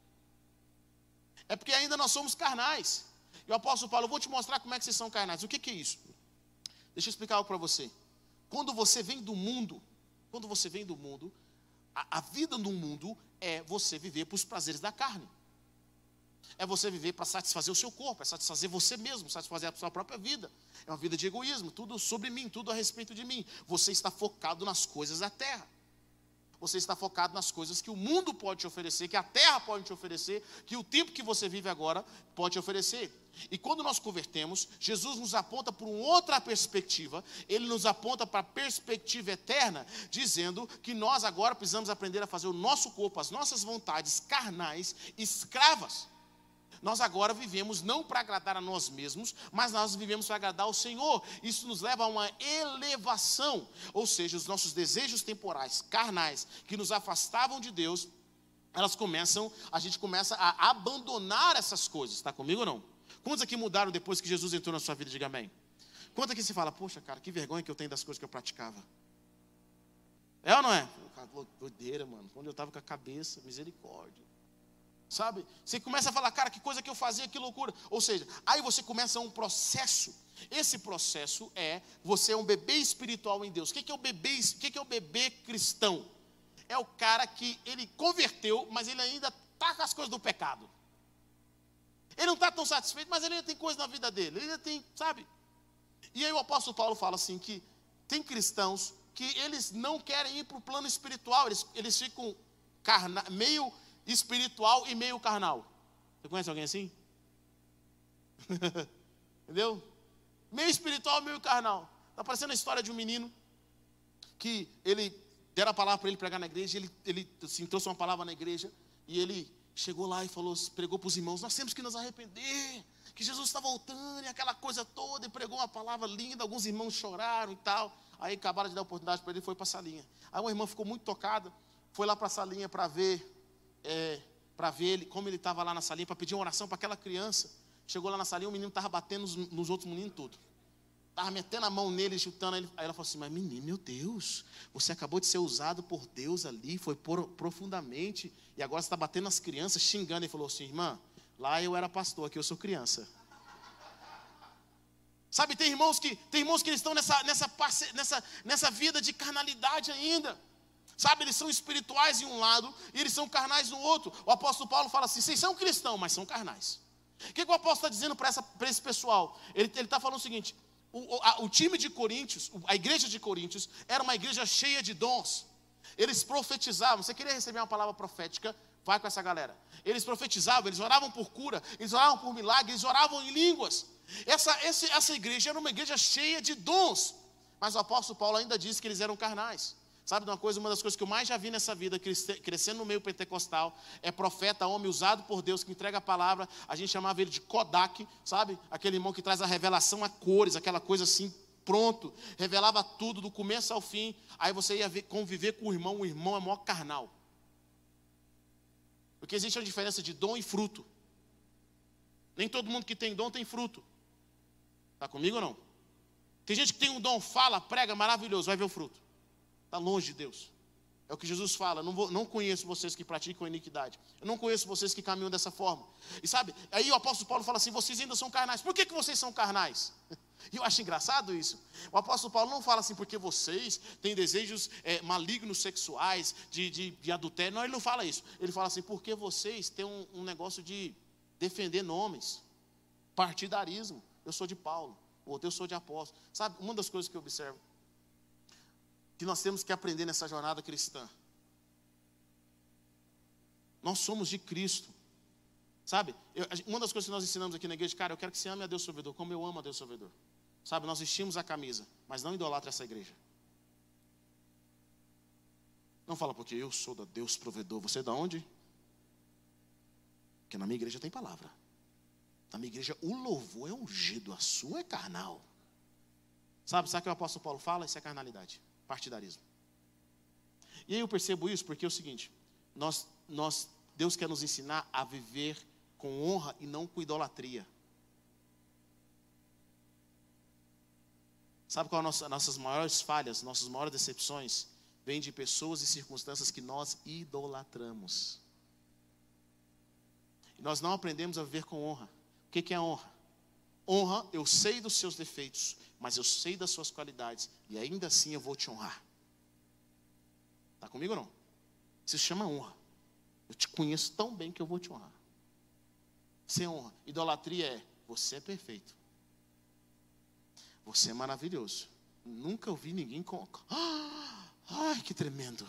Speaker 2: É porque ainda nós somos carnais. E o apóstolo Paulo, eu vou te mostrar como é que vocês são carnais. O que, que é isso? Deixa eu explicar algo para você. Quando você vem do mundo, quando você vem do mundo, a, a vida no mundo é você viver para os prazeres da carne. É você viver para satisfazer o seu corpo, é satisfazer você mesmo, satisfazer a sua própria vida. É uma vida de egoísmo, tudo sobre mim, tudo a respeito de mim. Você está focado nas coisas da terra. Você está focado nas coisas que o mundo pode te oferecer, que a terra pode te oferecer, que o tempo que você vive agora pode te oferecer. E quando nós convertemos, Jesus nos aponta por uma outra perspectiva. Ele nos aponta para a perspectiva eterna, dizendo que nós agora precisamos aprender a fazer o nosso corpo, as nossas vontades carnais, escravas. Nós agora vivemos não para agradar a nós mesmos, mas nós vivemos para agradar ao Senhor. Isso nos leva a uma elevação, ou seja, os nossos desejos temporais, carnais, que nos afastavam de Deus, elas começam, a gente começa a abandonar essas coisas. Está comigo ou não? Quantos aqui mudaram depois que Jesus entrou na sua vida? Diga amém. Quantos aqui se fala, poxa, cara, que vergonha que eu tenho das coisas que eu praticava? É ou não é? Doideira, mano. Quando eu estava com a cabeça, misericórdia. Sabe? Você começa a falar, cara, que coisa que eu fazia, que loucura. Ou seja, aí você começa um processo. Esse processo é, você é um bebê espiritual em Deus. O que é o bebê, o que é o bebê cristão? É o cara que ele converteu, mas ele ainda está com as coisas do pecado. Ele não está tão satisfeito, mas ele ainda tem coisa na vida dele. Ele ainda tem, sabe? E aí o apóstolo Paulo fala assim, que tem cristãos que eles não querem ir para o plano espiritual. Eles, eles ficam carna, meio espiritual e meio carnal. Você conhece alguém assim? Entendeu? Meio espiritual, meio carnal. Está parecendo a história de um menino que ele deram a palavra para ele pregar na igreja. Ele, ele assim, trouxe uma palavra na igreja e ele chegou lá e falou, pregou para os irmãos, nós temos que nos arrepender, que Jesus está voltando e aquela coisa toda, e pregou uma palavra linda. Alguns irmãos choraram e tal. Aí acabaram de dar oportunidade para ele e foi para a salinha. Aí uma irmã ficou muito tocada, foi lá para a salinha para ver É, para ver ele, como ele estava lá na salinha, para pedir uma oração para aquela criança. Chegou lá na salinha, o menino estava batendo nos, nos outros meninos tudo. Estava metendo a mão nele, chutando ele. Aí ela falou assim, mas menino, meu Deus, você acabou de ser usado por Deus ali, foi por, profundamente, e agora você está batendo nas crianças, xingando. Ele falou assim, irmã, lá eu era pastor, aqui eu sou criança. Sabe, tem irmãos que, tem irmãos que eles estão nessa, nessa, nessa, nessa vida de carnalidade ainda. Sabe, eles são espirituais em um lado e eles são carnais no outro. O apóstolo Paulo fala assim, vocês são cristãos, mas são carnais. O que, que o apóstolo está dizendo para esse pessoal? Ele está falando o seguinte, o, a, o time de Coríntios, a igreja de Coríntios, era uma igreja cheia de dons. Eles profetizavam. Você queria receber uma palavra profética? Vai com essa galera. Eles profetizavam, eles oravam por cura, eles oravam por milagre, eles oravam em línguas. Essa, essa, essa igreja era uma igreja cheia de dons. Mas o apóstolo Paulo ainda disse que eles eram carnais. Sabe de uma coisa, uma das coisas que eu mais já vi nessa vida, crescendo no meio pentecostal, é profeta, homem usado por Deus, que entrega a palavra. A gente chamava ele de Kodak, sabe? Aquele irmão que traz a revelação a cores, aquela coisa assim, pronto. Revelava tudo, do começo ao fim. Aí você ia ver, conviver com o irmão, o irmão é maior carnal. Porque existe uma diferença de dom e fruto. Nem todo mundo que tem dom tem fruto. Está comigo ou não? Tem gente que tem um dom, fala, prega, maravilhoso, vai ver o fruto. Está longe de Deus. É o que Jesus fala, não, vou, não conheço vocês que praticam iniquidade. Eu não conheço vocês que caminham dessa forma. E sabe, aí o apóstolo Paulo fala assim, vocês ainda são carnais. Por que, que vocês são carnais? E eu acho engraçado isso. O apóstolo Paulo não fala assim, porque vocês têm desejos é, malignos sexuais, de, de, de adultério. Não, ele não fala isso. Ele fala assim, porque vocês têm um, um negócio de defender nomes. Partidarismo. Eu sou de Paulo, o outro eu sou de apóstolo. Sabe, uma das coisas que eu observo, que nós temos que aprender nessa jornada cristã. Nós somos de Cristo. Sabe, eu, uma das coisas que nós ensinamos aqui na igreja, cara, eu quero que você ame a Deus Provedor, como eu amo a Deus Provedor. Sabe, nós vestimos a camisa, mas não idolatra essa igreja. Não fala porque eu sou da Deus Provedor. Você é de onde? Porque na minha igreja tem palavra. Na minha igreja o louvor é ungido, a sua é carnal. Sabe, sabe o que o apóstolo Paulo fala? Isso é carnalidade. Partidarismo. E aí eu percebo isso porque é o seguinte, nós, nós, Deus quer nos ensinar a viver com honra e não com idolatria. Sabe qual é a nossa, nossas maiores falhas, nossas maiores decepções? Vêm de pessoas e circunstâncias que nós idolatramos. E nós não aprendemos a viver com honra. O que é honra? Honra, eu sei dos seus defeitos, mas eu sei das suas qualidades, e ainda assim eu vou te honrar. Está comigo ou não? Isso se chama honra. Eu te conheço tão bem que eu vou te honrar. Isso é honra. Idolatria é, você é perfeito. Você é maravilhoso. Nunca ouvi ninguém com... Ah, ai, que tremendo.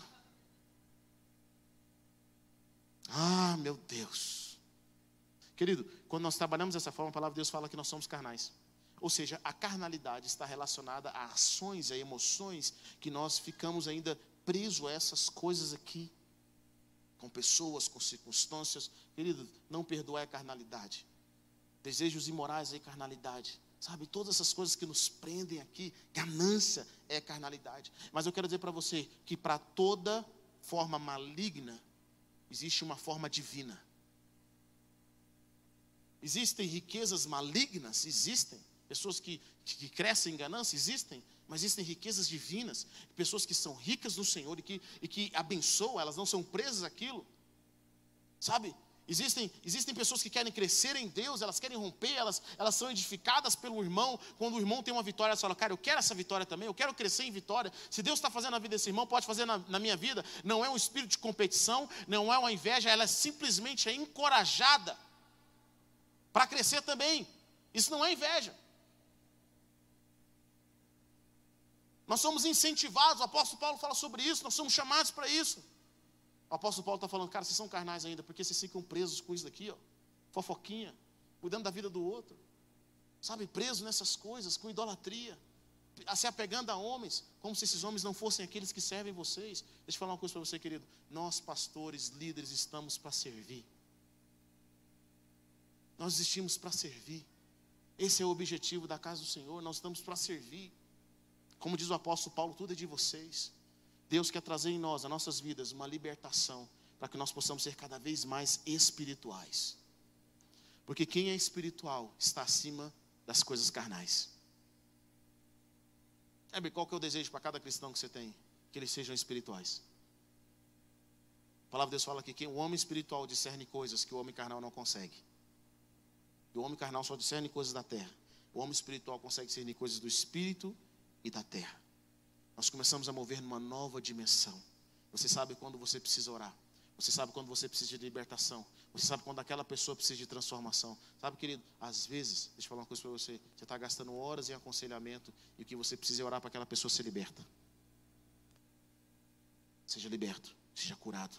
Speaker 2: Ah, meu Deus. Querido, quando nós trabalhamos dessa forma, a palavra de Deus fala que nós somos carnais. Ou seja, a carnalidade está relacionada a ações, a emoções, que nós ficamos ainda presos a essas coisas aqui. Com pessoas, com circunstâncias. Querido, não perdoar é carnalidade. Desejos imorais é carnalidade. Sabe, todas essas coisas que nos prendem aqui, ganância é carnalidade. Mas eu quero dizer para você que para toda forma maligna, existe uma forma divina. Existem riquezas malignas? Existem. Pessoas que, que crescem em ganância? Existem. Mas existem riquezas divinas. Pessoas que são ricas no Senhor e que, e que abençoam, elas não são presas àquilo. Sabe? Existem, existem pessoas que querem crescer em Deus, elas querem romper, elas, elas são edificadas pelo irmão. Quando o irmão tem uma vitória, elas falam, cara, eu quero essa vitória também, eu quero crescer em vitória. Se Deus está fazendo na vida desse irmão, pode fazer na, na minha vida. Não é um espírito de competição, não é uma inveja, ela é simplesmente é encorajada para crescer também. Isso não é inveja. Nós somos incentivados, o apóstolo Paulo fala sobre isso, nós somos chamados para isso. O apóstolo Paulo está falando, cara, vocês são carnais ainda, porque vocês ficam presos com isso daqui, ó, fofoquinha, cuidando da vida do outro, sabe, presos nessas coisas, com idolatria, se apegando a homens, como se esses homens não fossem aqueles que servem vocês. Deixa eu falar uma coisa para você, querido, nós pastores, líderes, estamos para servir. Nós existimos para servir. Esse é o objetivo da casa do Senhor, nós estamos para servir. Como diz o apóstolo Paulo, tudo é de vocês. Deus quer trazer em nós, nas nossas vidas, uma libertação, para que nós possamos ser cada vez mais espirituais. Porque quem é espiritual está acima das coisas carnais. Sabe qual que é o desejo para cada cristão que você tem? Que eles sejam espirituais. A palavra de Deus fala que quem, o homem espiritual discerne coisas que o homem carnal não consegue. O homem carnal só discerne coisas da terra. O homem espiritual consegue discernir coisas do espírito e da terra. Nós começamos a mover numa nova dimensão. Você sabe quando você precisa orar. Você sabe quando você precisa de libertação. Você sabe quando aquela pessoa precisa de transformação. Sabe, querido, às vezes, deixa eu falar uma coisa para você. Você está gastando horas em aconselhamento e o que você precisa é orar para aquela pessoa ser liberta. Seja liberto, seja curado.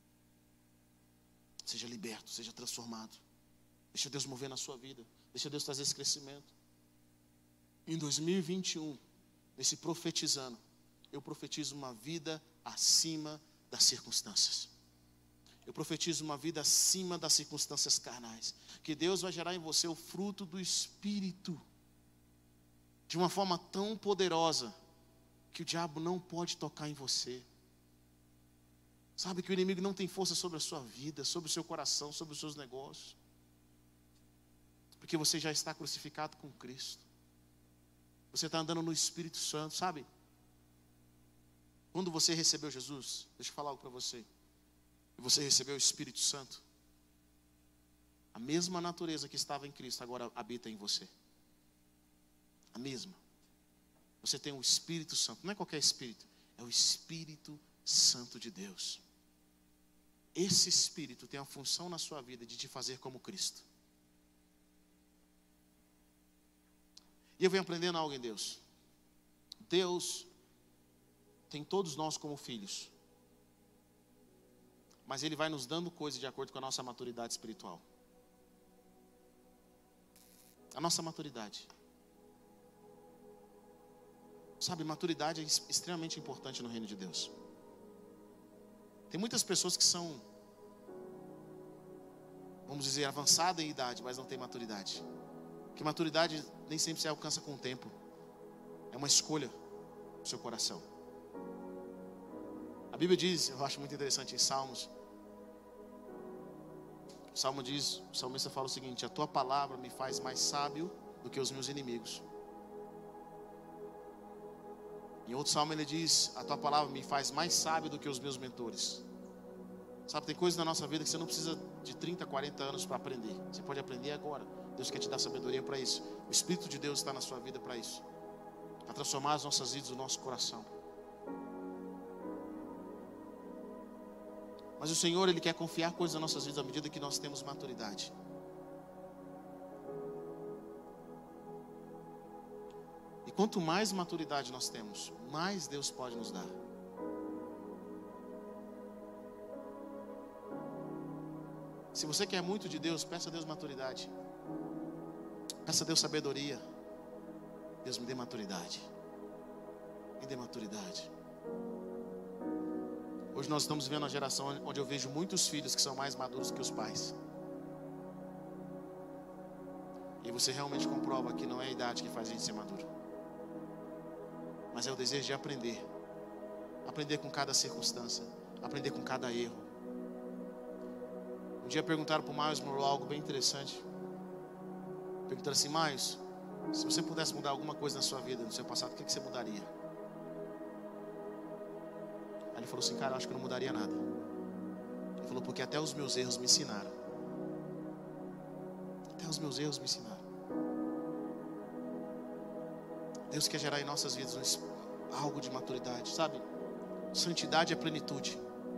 Speaker 2: Seja liberto, seja transformado. Deixa Deus mover na sua vida. Deixa Deus trazer esse crescimento. Em dois mil e vinte e um, nesse profetizando, eu profetizo uma vida acima das circunstâncias. Eu profetizo uma vida acima das circunstâncias carnais. Que Deus vai gerar em você o fruto do Espírito. De uma forma tão poderosa, que o diabo não pode tocar em você. Sabe que o inimigo não tem força sobre a sua vida, sobre o seu coração, sobre os seus negócios. Porque você já está crucificado com Cristo. Você está andando no Espírito Santo, sabe? Quando você recebeu Jesus, deixa eu falar algo para você. E você recebeu o Espírito Santo. A mesma natureza que estava em Cristo agora habita em você. A mesma. Você tem o Espírito Santo. Não é qualquer Espírito. É o Espírito Santo de Deus. Esse Espírito tem a função na sua vida de te fazer como Cristo. E eu venho aprendendo algo em Deus. Deus tem todos nós como filhos. Mas Ele vai nos dando coisas de acordo com a nossa maturidade espiritual. A nossa maturidade. Sabe, maturidade é extremamente importante no reino de Deus. Tem muitas pessoas que são, vamos dizer, avançadas em idade, mas não têm maturidade. Porque maturidade nem sempre se alcança com o tempo. É uma escolha do seu coração. A Bíblia diz, eu acho muito interessante em Salmos. O Salmo diz, o salmista fala o seguinte: a tua palavra me faz mais sábio do que os meus inimigos. Em outro salmo ele diz: a tua palavra me faz mais sábio do que os meus mentores. Sabe, tem coisas na nossa vida que você não precisa de trinta, quarenta anos para aprender. Você pode aprender agora. Deus quer te dar sabedoria para isso. O Espírito de Deus está na sua vida para isso, para transformar as nossas vidas, o nosso coração. Mas o Senhor, Ele quer confiar coisas nas nossas vidas à medida que nós temos maturidade. E quanto mais maturidade nós temos, mais Deus pode nos dar. Se você quer muito de Deus, peça a Deus maturidade. Peça a Deus sabedoria. Deus, me dê maturidade. Me dê maturidade. Hoje nós estamos vivendo uma geração onde eu vejo muitos filhos que são mais maduros que os pais. E você realmente comprova que não é a idade que faz a gente ser maduro, mas é o desejo de aprender. Aprender com cada circunstância, aprender com cada erro. Um dia perguntaram para o Miles Monroe algo bem interessante. Perguntaram assim: Miles, se você pudesse mudar alguma coisa na sua vida, no seu passado, o que que você mudaria? Aí ele falou assim: cara, eu acho que eu não mudaria nada. Ele falou: porque até os meus erros me ensinaram. Até os meus erros me ensinaram. Deus quer gerar em nossas vidas algo de maturidade, sabe? Santidade é plenitude.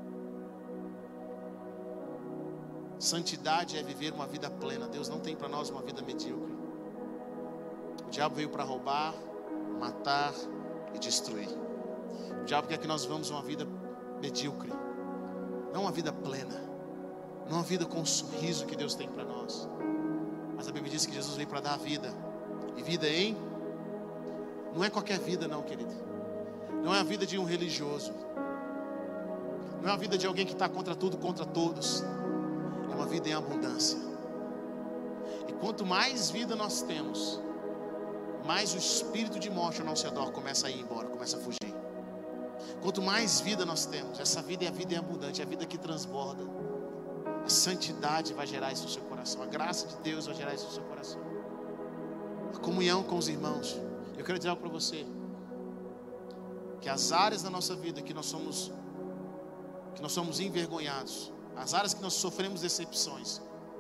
Speaker 2: Santidade é viver uma vida plena. Deus não tem para nós uma vida medíocre. O diabo veio para roubar, matar e destruir. O diabo quer que nós vivamos uma vida medíocre, não uma vida plena, não uma vida com o sorriso que Deus tem para nós. Mas a Bíblia diz que Jesus veio para dar vida, e vida em... não é qualquer vida não, querido. Não é a vida de um religioso, não é a vida de alguém que está contra tudo, contra todos. É uma vida em abundância. E quanto mais vida nós temos, mais o espírito de morte ao nosso redor começa a ir embora, começa a fugir. Quanto mais vida nós temos, essa vida é a vida abundante, é a vida que transborda. A santidade vai gerar isso no seu coração, a graça de Deus vai gerar isso no seu coração, a comunhão com os irmãos. Eu quero dizer algo para você, que as áreas da nossa vida que nós somos que nós somos envergonhados, as áreas que nós sofremos decepções,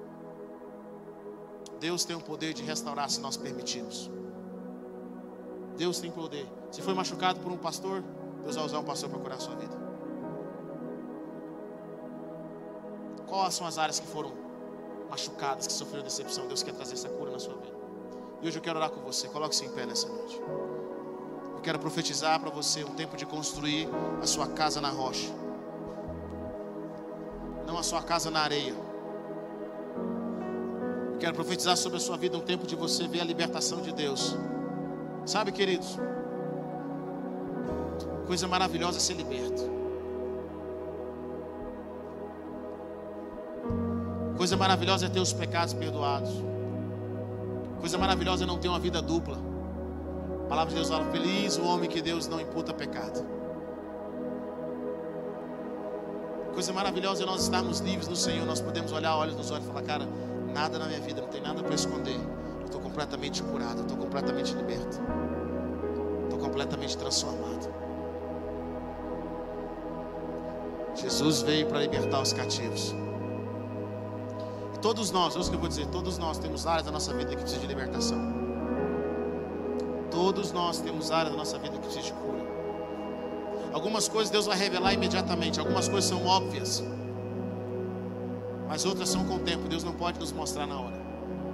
Speaker 2: Deus tem o poder de restaurar se nós permitirmos. Deus tem poder. Se foi machucado por um pastor, Deus vai usar um pastor para curar a sua vida. Quais são as áreas que foram machucadas, que sofreram decepção? Deus quer trazer essa cura na sua vida. E hoje eu quero orar com você. Coloque-se em pé nessa noite. Eu quero profetizar para você um tempo de construir a sua casa na rocha, não a sua casa na areia. Eu quero profetizar sobre a sua vida um tempo de você ver a libertação de Deus. Sabe, queridos, coisa maravilhosa é ser liberto. Coisa maravilhosa é ter os pecados perdoados. Coisa maravilhosa é não ter uma vida dupla. A palavra de Deus fala: feliz o homem que Deus não imputa pecado. Coisa maravilhosa é nós estarmos livres no Senhor. Nós podemos olhar olhos nos olhos e falar: cara, nada na minha vida, não tem nada para esconder. Eu estou completamente curado, eu estou completamente liberto, estou completamente transformado. Jesus veio para libertar os cativos. E todos nós, ouça o que eu vou dizer, todos nós temos áreas da nossa vida que precisam de libertação. Todos nós temos áreas da nossa vida que precisam de cura. Algumas coisas Deus vai revelar imediatamente, algumas coisas são óbvias, mas outras são com o tempo. Deus não pode nos mostrar na hora.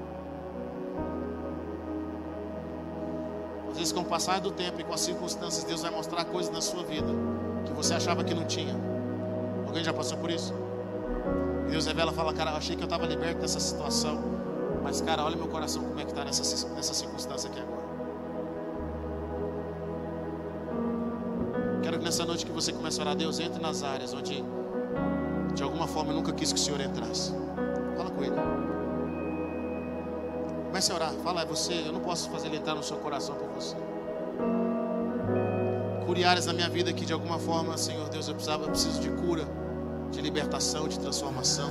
Speaker 2: Às vezes, com o passar do tempo e com as circunstâncias, Deus vai mostrar coisas na sua vida que você achava que não tinha. Alguém já passou por isso? E Deus revela e fala: cara, eu achei que eu estava liberto dessa situação, mas cara, olha meu coração como é que está nessa, nessa circunstância aqui agora. Quero que nessa noite que você comece a orar, Deus, entre nas áreas onde de alguma forma eu nunca quis que o Senhor entrasse. Fala com Ele. Comece a orar. Fala: é você, eu não posso fazer Ele entrar no seu coração por você. Cure áreas na minha vida que de alguma forma, Senhor Deus, eu, precisava, eu preciso de cura, de libertação, de transformação.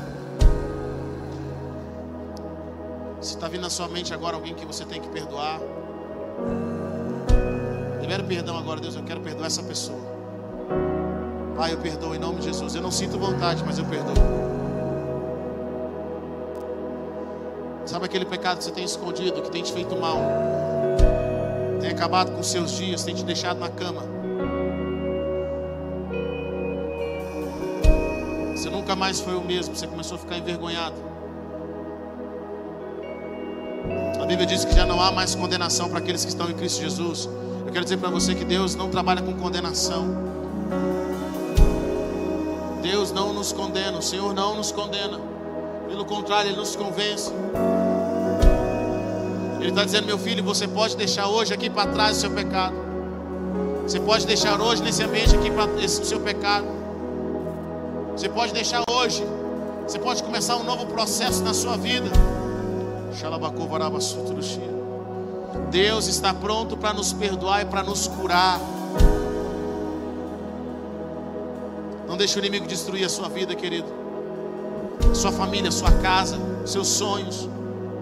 Speaker 2: Se está vindo na sua mente agora alguém que você tem que perdoar, de libera o perdão agora, Deus. Eu quero perdoar essa pessoa. Pai, eu perdoo em nome de Jesus. Eu não sinto vontade, mas eu perdoo. Sabe aquele pecado que você tem escondido, que tem te feito mal, tem acabado com os seus dias, tem te deixado na cama? Você nunca mais foi o mesmo, você começou a ficar envergonhado. A Bíblia diz que já não há mais condenação para aqueles que estão em Cristo Jesus. Eu quero dizer para você que Deus não trabalha com condenação. Deus não nos condena, o Senhor não nos condena. Pelo contrário, Ele nos convence. Ele está dizendo: meu filho, você pode deixar hoje aqui para trás o seu pecado. Você pode deixar hoje nesse ambiente aqui para esse, o seu pecado. Você pode deixar hoje. Você pode começar um novo processo na sua vida. Deus está pronto para nos perdoar e para nos curar. Não deixe o inimigo destruir a sua vida, querido. Sua família, sua casa, seus sonhos.